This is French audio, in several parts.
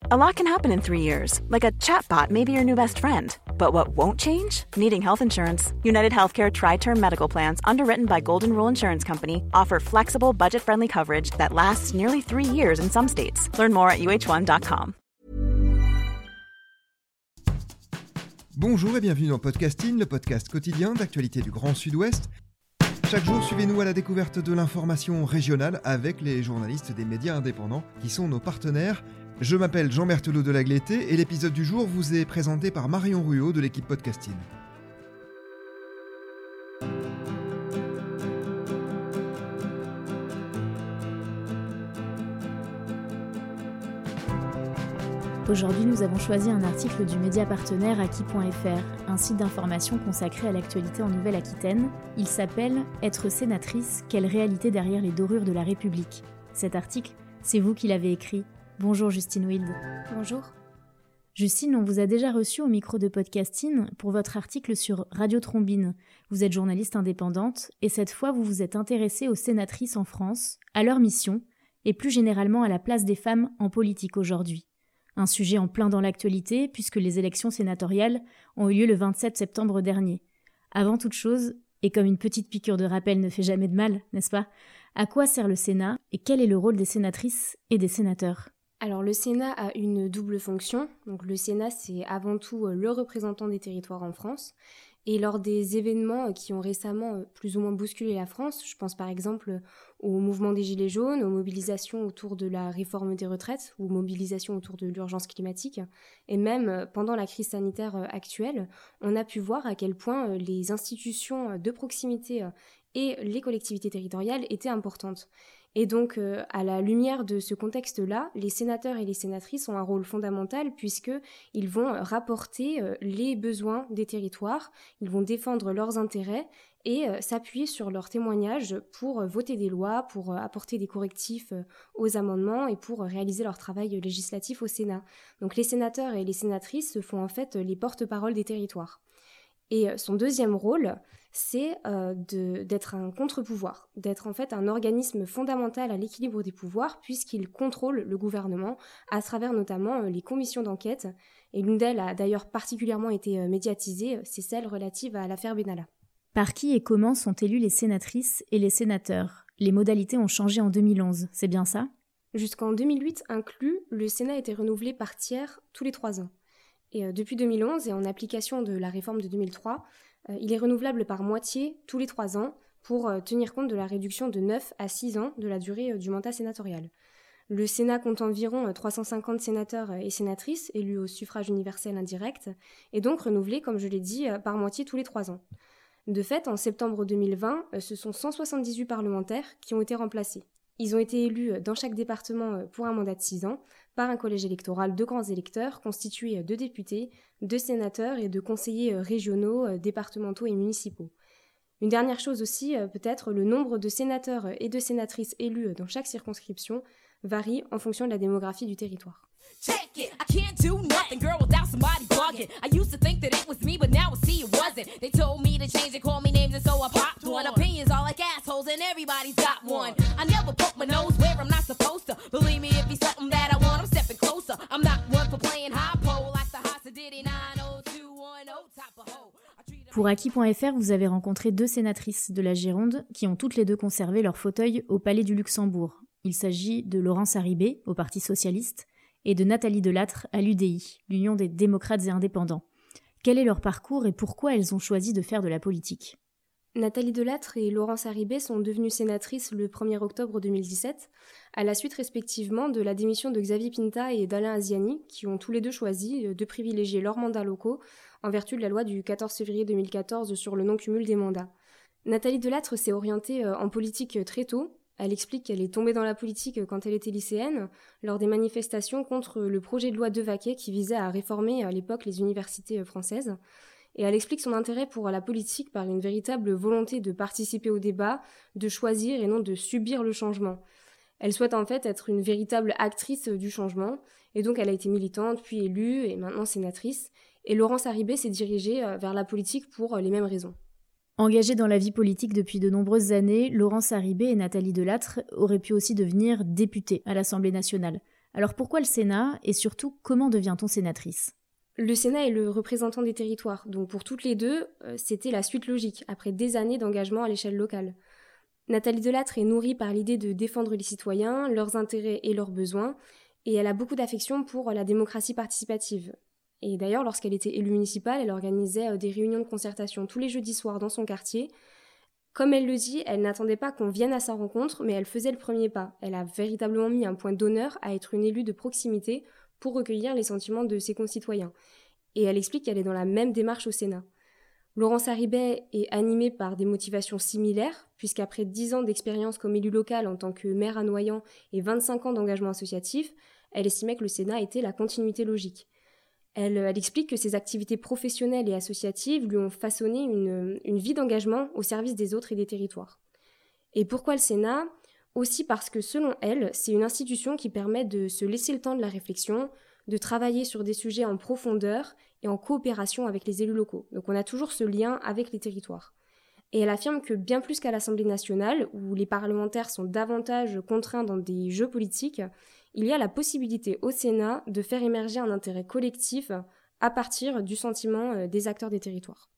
A lot can happen in 3 years, like a chatbot may be your new best friend. But what won't change? Needing health insurance. United Healthcare Tri-Term Medical Plans, underwritten by Golden Rule Insurance Company, offer flexible, budget-friendly coverage that lasts nearly 3 years in some states. Learn more at uh1.com. Bonjour et bienvenue dans Podcasting, le podcast quotidien d'actualité du Grand Sud-Ouest. Chaque jour, suivez-nous à la découverte de l'information régionale avec les journalistes des médias indépendants qui sont nos partenaires. Je m'appelle Jean Berthelot de Lagleté et l'épisode du jour vous est présenté par Marion Ruot de l'équipe Podcasting. Aujourd'hui, nous avons choisi un article du média partenaire Aki.fr, un site d'information consacré à l'actualité en Nouvelle-Aquitaine. Il s'appelle « Être sénatrice, quelle réalité derrière les dorures de la République ». Cet article, c'est vous qui l'avez écrit. Bonjour Justine Wild. Bonjour. Justine, on vous a déjà reçu au micro de Podcasting pour votre article sur Radio Trombine. Vous êtes journaliste indépendante et cette fois vous vous êtes intéressée aux sénatrices en France, à leur mission et plus généralement à la place des femmes en politique aujourd'hui. Un sujet en plein dans l'actualité puisque les élections sénatoriales ont eu lieu le 27 septembre dernier. Avant toute chose, et comme une petite piqûre de rappel ne fait jamais de mal, n'est-ce pas ? À quoi sert le Sénat et quel est le rôle des sénatrices et des sénateurs ? Alors le Sénat a une double fonction. Donc le Sénat, c'est avant tout le représentant des territoires en France. Et lors des événements qui ont récemment plus ou moins bousculé la France, je pense par exemple au mouvement des Gilets jaunes, aux mobilisations autour de la réforme des retraites ou mobilisations autour de l'urgence climatique, et même pendant la crise sanitaire actuelle, on a pu voir à quel point les institutions de proximité et les collectivités territoriales étaient importantes. Et donc, à la lumière de ce contexte-là, les sénateurs et les sénatrices ont un rôle fondamental puisqu'ils vont rapporter les besoins des territoires, ils vont défendre leurs intérêts et s'appuyer sur leurs témoignages pour voter des lois, pour apporter des correctifs aux amendements et pour réaliser leur travail législatif au Sénat. Donc les sénateurs et les sénatrices se font en fait les porte-parole des territoires. Et son deuxième rôle, c'est d'être un contre-pouvoir, d'être en fait un organisme fondamental à l'équilibre des pouvoirs puisqu'il contrôle le gouvernement à travers notamment les commissions d'enquête. Et l'une d'elles a d'ailleurs particulièrement été médiatisée, c'est celle relative à l'affaire Benalla. Par qui et comment sont élus les sénatrices et les sénateurs ? Les modalités ont changé en 2011, c'est bien ça ? Jusqu'en 2008 inclus, le Sénat était renouvelé par tiers tous les 3 ans. Et depuis 2011, et en application de la réforme de 2003, il est renouvelable par moitié tous les 3 ans pour tenir compte de la réduction de 9 à 6 ans de la durée du mandat sénatorial. Le Sénat compte environ 350 sénateurs et sénatrices élus au suffrage universel indirect, et donc renouvelés, comme je l'ai dit, par moitié tous les 3 ans. De fait, en septembre 2020, ce sont 178 parlementaires qui ont été remplacés. Ils ont été élus dans chaque département pour un mandat de 6 ans par un collège électoral de grands électeurs constitué de députés, de sénateurs et de conseillers régionaux, départementaux et municipaux. Une dernière chose aussi, peut-être, le nombre de sénateurs et de sénatrices élus dans chaque circonscription varie en fonction de la démographie du territoire. Check it, I can't do nothing, girl, without somebody bugging. I used to think that it was me, but now I see it wasn't. They told me to change and call me names, and so I popped one. Opinions all like assholes, and everybody's got one. I never poke my nose where I'm not supposed to. Believe me, if it's something that I want, I'm stepping closer. I'm not one for playing high pole like the Hossa Diddy 90210 top of hoe. Pour Aki.fr, vous avez rencontré 2 sénatrices de la Gironde qui ont toutes les 2 conservé leur fauteuil au Palais du Luxembourg. Il s'agit de Laurence Harribey, au Parti Socialiste, et de Nathalie Delattre à l'UDI, l'Union des démocrates et indépendants. Quel est leur parcours et pourquoi elles ont choisi de faire de la politique ? Nathalie Delattre et Laurence Harribey sont devenues sénatrices le 1er octobre 2017, à la suite respectivement de la démission de Xavier Pinta et d'Alain Aziani, qui ont tous les 2 choisi de privilégier leurs mandats locaux en vertu de la loi du 14 février 2014 sur le non-cumul des mandats. Nathalie Delattre s'est orientée en politique très tôt. Elle explique qu'elle est tombée dans la politique quand elle était lycéenne, lors des manifestations contre le projet de loi Devaquet qui visait à réformer à l'époque les universités françaises. Et elle explique son intérêt pour la politique par une véritable volonté de participer au débat, de choisir et non de subir le changement. Elle souhaite en fait être une véritable actrice du changement, et donc elle a été militante, puis élue, et maintenant sénatrice. Et Laurence Harribey s'est dirigée vers la politique pour les mêmes raisons. Engagées dans la vie politique depuis de nombreuses années, Laurence Harribey et Nathalie Delattre auraient pu aussi devenir députées à l'Assemblée nationale. Alors pourquoi le Sénat et surtout comment devient-on sénatrice ? Le Sénat est le représentant des territoires, donc pour toutes les deux, c'était la suite logique, après des années d'engagement à l'échelle locale. Nathalie Delattre est nourrie par l'idée de défendre les citoyens, leurs intérêts et leurs besoins, et elle a beaucoup d'affection pour la démocratie participative. Et d'ailleurs, lorsqu'elle était élue municipale, elle organisait des réunions de concertation tous les jeudis soirs dans son quartier. Comme elle le dit, elle n'attendait pas qu'on vienne à sa rencontre, mais elle faisait le premier pas. Elle a véritablement mis un point d'honneur à être une élue de proximité pour recueillir les sentiments de ses concitoyens. Et elle explique qu'elle est dans la même démarche au Sénat. Laurence Harribey est animée par des motivations similaires, puisqu'après 10 ans d'expérience comme élue locale en tant que maire à Noyant et 25 ans d'engagement associatif, elle estimait que le Sénat était la continuité logique. Elle explique que ses activités professionnelles et associatives lui ont façonné une vie d'engagement au service des autres et des territoires. Et pourquoi le Sénat ? Aussi parce que, selon elle, c'est une institution qui permet de se laisser le temps de la réflexion, de travailler sur des sujets en profondeur et en coopération avec les élus locaux. Donc on a toujours ce lien avec les territoires. Et elle affirme que bien plus qu'à l'Assemblée nationale, où les parlementaires sont davantage contraints dans des jeux politiques, il y a la possibilité au Sénat de faire émerger un intérêt collectif à partir du sentiment des acteurs des territoires.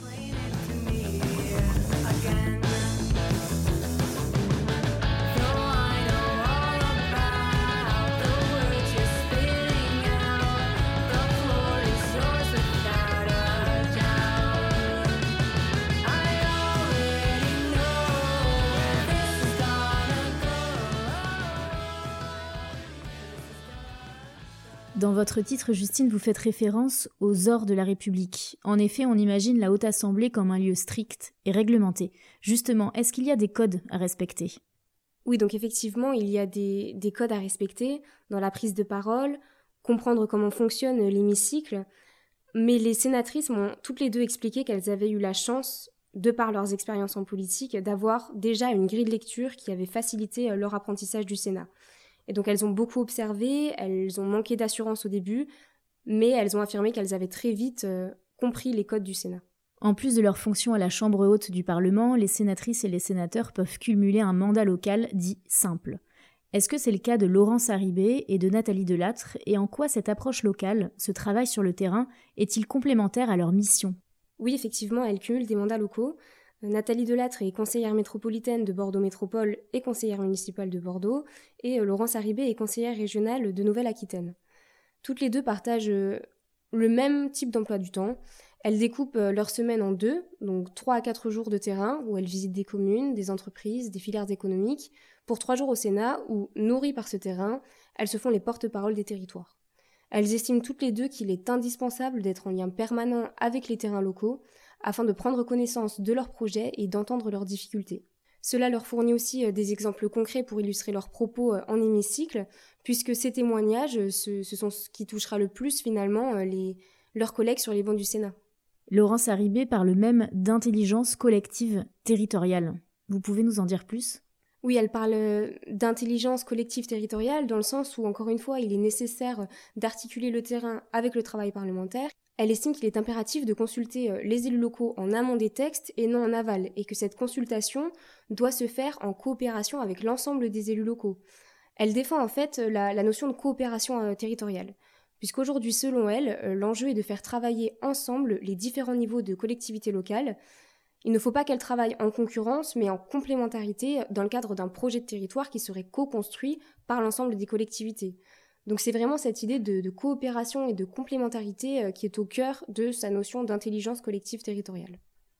Dans votre titre, Justine, vous faites référence aux ors de la République. En effet, on imagine la Haute Assemblée comme un lieu strict et réglementé. Justement, est-ce qu'il y a des codes à respecter ? Oui, donc effectivement, il y a des codes à respecter dans la prise de parole, comprendre comment fonctionne l'hémicycle. Mais les sénatrices m'ont toutes les deux expliqué qu'elles avaient eu la chance, de par leurs expériences en politique, d'avoir déjà une grille de lecture qui avait facilité leur apprentissage du Sénat. Et donc elles ont beaucoup observé, elles ont manqué d'assurance au début, mais elles ont affirmé qu'elles avaient très vite compris les codes du Sénat. En plus de leur fonction à la Chambre haute du Parlement, les sénatrices et les sénateurs peuvent cumuler un mandat local dit simple. Est-ce que c'est le cas de Laurence Harribey et de Nathalie Delattre, et en quoi cette approche locale, ce travail sur le terrain, est-il complémentaire à leur mission ? Oui, effectivement, elles cumulent des mandats locaux. Nathalie Delattre est conseillère métropolitaine de Bordeaux Métropole et conseillère municipale de Bordeaux, et Laurence Harribey est conseillère régionale de Nouvelle-Aquitaine. Toutes les deux partagent le même type d'emploi du temps. Elles découpent leur semaine en deux, donc 3 à 4 jours de terrain, où elles visitent des communes, des entreprises, des filières économiques, pour 3 jours au Sénat, où, nourries par ce terrain, elles se font les porte-parole des territoires. Elles estiment toutes les deux qu'il est indispensable d'être en lien permanent avec les terrains locaux, afin de prendre connaissance de leurs projets et d'entendre leurs difficultés. Cela leur fournit aussi des exemples concrets pour illustrer leurs propos en hémicycle, puisque ces témoignages, ce sont ce qui touchera le plus finalement leurs collègues sur les bancs du Sénat. Laurence Harribey parle même d'intelligence collective territoriale. Vous pouvez nous en dire plus ? Oui, elle parle d'intelligence collective territoriale dans le sens où, encore une fois, il est nécessaire d'articuler le terrain avec le travail parlementaire. Elle estime qu'il est impératif de consulter les élus locaux en amont des textes et non en aval, et que cette consultation doit se faire en coopération avec l'ensemble des élus locaux. Elle défend en fait la notion de coopération territoriale, puisqu'aujourd'hui, selon elle, l'enjeu est de faire travailler ensemble les différents niveaux de collectivité locale. Il ne faut pas qu'elles travaillent en concurrence, mais en complémentarité dans le cadre d'un projet de territoire qui serait co-construit par l'ensemble des collectivités. Donc c'est vraiment cette idée de coopération et de complémentarité qui est au cœur de sa notion d'intelligence collective territoriale.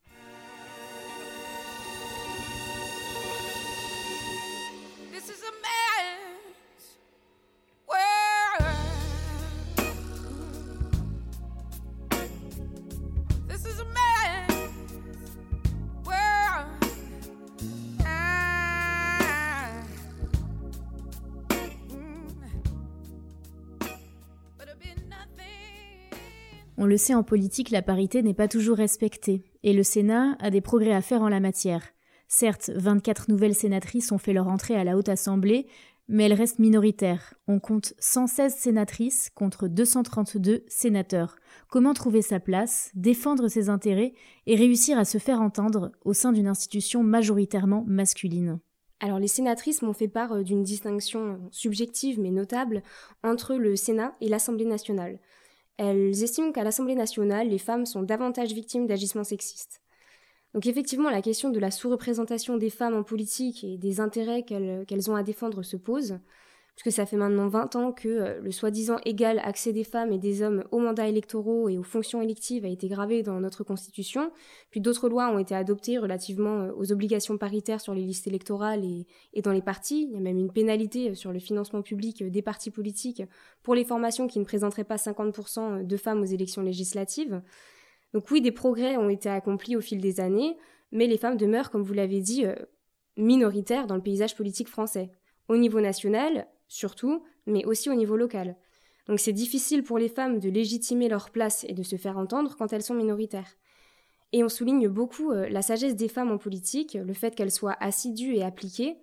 On le sait, en politique, la parité n'est pas toujours respectée, et le Sénat a des progrès à faire en la matière. Certes, 24 nouvelles sénatrices ont fait leur entrée à la Haute Assemblée, mais elles restent minoritaires. On compte 116 sénatrices contre 232 sénateurs. Comment trouver sa place, défendre ses intérêts et réussir à se faire entendre au sein d'une institution majoritairement masculine ? Alors les sénatrices m'ont fait part d'une distinction subjective mais notable entre le Sénat et l'Assemblée nationale. Elles estiment qu'à l'Assemblée nationale, les femmes sont davantage victimes d'agissements sexistes. Donc effectivement, la question de la sous-représentation des femmes en politique et des intérêts qu'elles ont à défendre se pose, puisque ça fait maintenant 20 ans que le soi-disant égal accès des femmes et des hommes aux mandats électoraux et aux fonctions électives a été gravé dans notre Constitution, puis d'autres lois ont été adoptées relativement aux obligations paritaires sur les listes électorales et dans les partis. Il y a même une pénalité sur le financement public des partis politiques pour les formations qui ne présenteraient pas 50% de femmes aux élections législatives. Donc oui, des progrès ont été accomplis au fil des années, mais les femmes demeurent, comme vous l'avez dit, minoritaires dans le paysage politique français. Au niveau national, surtout, mais aussi au niveau local. Donc c'est difficile pour les femmes de légitimer leur place et de se faire entendre quand elles sont minoritaires. Et on souligne beaucoup la sagesse des femmes en politique, le fait qu'elles soient assidues et appliquées.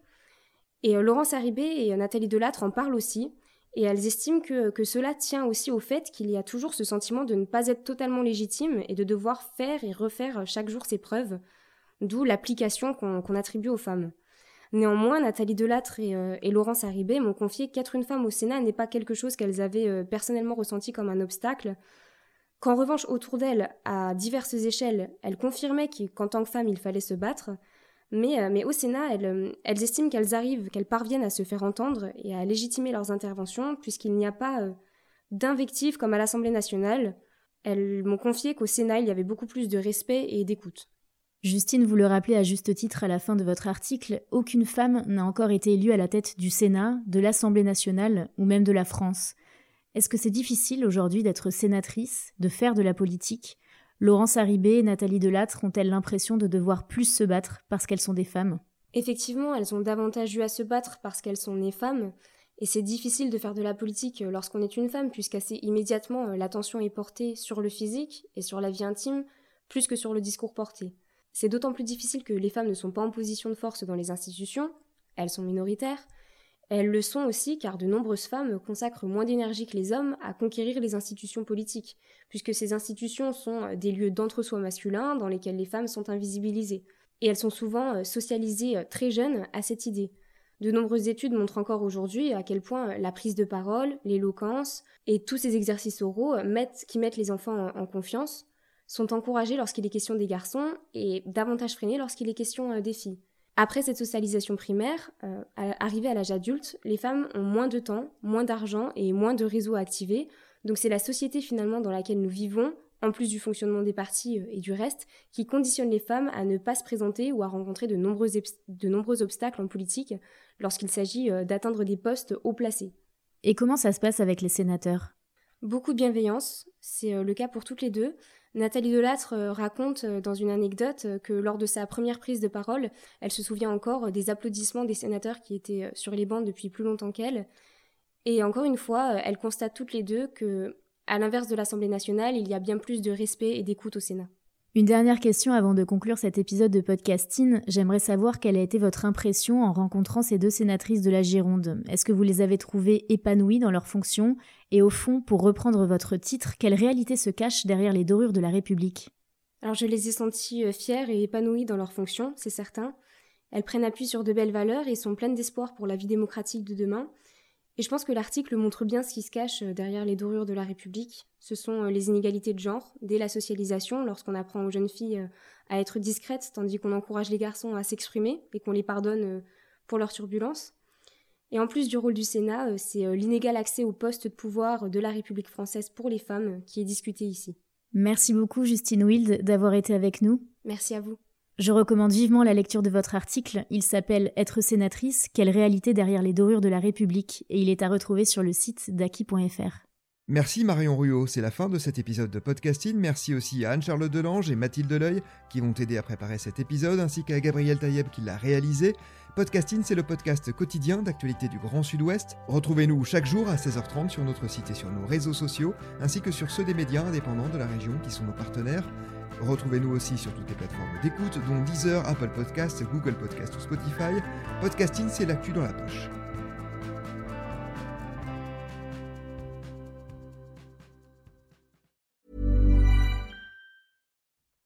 Et Laurence Harribey et Nathalie Delattre en parlent aussi, et elles estiment que cela tient aussi au fait qu'il y a toujours ce sentiment de ne pas être totalement légitime et de devoir faire et refaire chaque jour ses preuves, d'où l'application qu'on attribue aux femmes. Néanmoins, Nathalie Delattre et Laurence Harribey m'ont confié qu'être une femme au Sénat n'est pas quelque chose qu'elles avaient personnellement ressenti comme un obstacle, qu'en revanche, autour d'elles, à diverses échelles, elles confirmaient qu'en tant que femme, il fallait se battre, mais au Sénat, elles estiment qu'elles parviennent à se faire entendre et à légitimer leurs interventions, puisqu'il n'y a pas d'invective comme à l'Assemblée nationale. Elles m'ont confié qu'au Sénat, il y avait beaucoup plus de respect et d'écoute. Justine, vous le rappelez à juste titre à la fin de votre article, aucune femme n'a encore été élue à la tête du Sénat, de l'Assemblée nationale ou même de la France. Est-ce que c'est difficile aujourd'hui d'être sénatrice, de faire de la politique ? Laurence Harribey et Nathalie Delattre ont-elles l'impression de devoir plus se battre parce qu'elles sont des femmes ? Effectivement, elles ont davantage eu à se battre parce qu'elles sont nées femmes, et c'est difficile de faire de la politique lorsqu'on est une femme, puisqu'assez immédiatement l'attention est portée sur le physique et sur la vie intime, plus que sur le discours porté. C'est d'autant plus difficile que les femmes ne sont pas en position de force dans les institutions, elles sont minoritaires. Elles le sont aussi car de nombreuses femmes consacrent moins d'énergie que les hommes à conquérir les institutions politiques, puisque ces institutions sont des lieux d'entre-soi masculin dans lesquels les femmes sont invisibilisées. Et elles sont souvent socialisées très jeunes à cette idée. De nombreuses études montrent encore aujourd'hui à quel point la prise de parole, l'éloquence et tous ces exercices oraux qui mettent les enfants en confiance sont encouragés lorsqu'il est question des garçons et davantage freinés lorsqu'il est question des filles. Après cette socialisation primaire, arrivée à l'âge adulte, les femmes ont moins de temps, moins d'argent et moins de réseaux à activer. Donc c'est la société finalement dans laquelle nous vivons, en plus du fonctionnement des partis et du reste, qui conditionne les femmes à ne pas se présenter ou à rencontrer de nombreux obstacles en politique lorsqu'il s'agit d'atteindre des postes haut placés. Et comment ça se passe avec les sénateurs ? Beaucoup de bienveillance, c'est le cas pour toutes les deux. Nathalie Delattre raconte dans une anecdote que lors de sa première prise de parole, elle se souvient encore des applaudissements des sénateurs qui étaient sur les bancs depuis plus longtemps qu'elle. Et encore une fois, elles constatent toutes les deux que, à l'inverse de l'Assemblée nationale, il y a bien plus de respect et d'écoute au Sénat. Une dernière question avant de conclure cet épisode de Podcasting. J'aimerais savoir quelle a été votre impression en rencontrant ces deux sénatrices de la Gironde. Est-ce que vous les avez trouvées épanouies dans leurs fonctions ? Et au fond, pour reprendre votre titre, quelle réalité se cache derrière les dorures de la République ? Alors je les ai senties fières et épanouies dans leurs fonctions, c'est certain. Elles prennent appui sur de belles valeurs et sont pleines d'espoir pour la vie démocratique de demain. Et je pense que l'article montre bien ce qui se cache derrière les dorures de la République. Ce sont les inégalités de genre, dès la socialisation, lorsqu'on apprend aux jeunes filles à être discrètes, tandis qu'on encourage les garçons à s'exprimer et qu'on les pardonne pour leur turbulence. Et en plus du rôle du Sénat, c'est l'inégal accès aux postes de pouvoir de la République française pour les femmes qui est discuté ici. Merci beaucoup Justine Wild d'avoir été avec nous. Merci à vous. Je recommande vivement la lecture de votre article. Il s'appelle « Être sénatrice, quelle réalité derrière les dorures de la République ?» et il est à retrouver sur le site d'Aki.fr. Merci Marion Ruot, c'est la fin de cet épisode de Podcasting. Merci aussi à Anne-Charlotte Delange et Mathilde Deleuil qui vont t'aider à préparer cet épisode, ainsi qu'à Gabriel Taïeb qui l'a réalisé. Podcasting, c'est le podcast quotidien d'actualité du Grand Sud-Ouest. Retrouvez-nous chaque jour à 16h30 sur notre site et sur nos réseaux sociaux, ainsi que sur ceux des médias indépendants de la région qui sont nos partenaires. Retrouvez-nous aussi sur toutes les plateformes d'écoute, dont Deezer, Apple Podcasts, Google Podcasts ou Spotify. Podcasting, c'est l'actu dans la poche.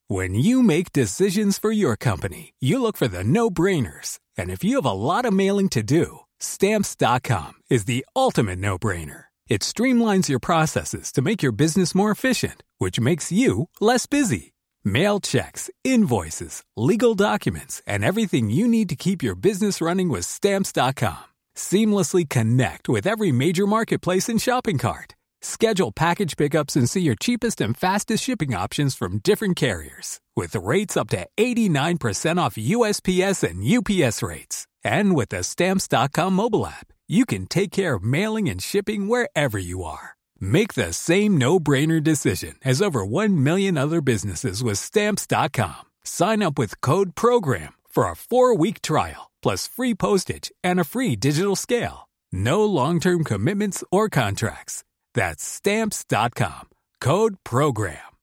When you make decisions for your company, you look for the no-brainers. And if you have a lot of mailing to do, Stamps.com is the ultimate no-brainer. It streamlines your processes to make your business more efficient, which makes you less busy. Mail checks, invoices, legal documents, and everything you need to keep your business running with Stamps.com. Seamlessly connect with every major marketplace and shopping cart. Schedule package pickups and see your cheapest and fastest shipping options from different carriers. With rates up to 89% off USPS and UPS rates. And with the Stamps.com mobile app, you can take care of mailing and shipping wherever you are. Make the same no-brainer decision as over 1 million other businesses with Stamps.com. Sign up with code PROGRAM for a 4-week trial, plus free postage and a free digital scale. No long-term commitments or contracts. That's Stamps.com. Code PROGRAM.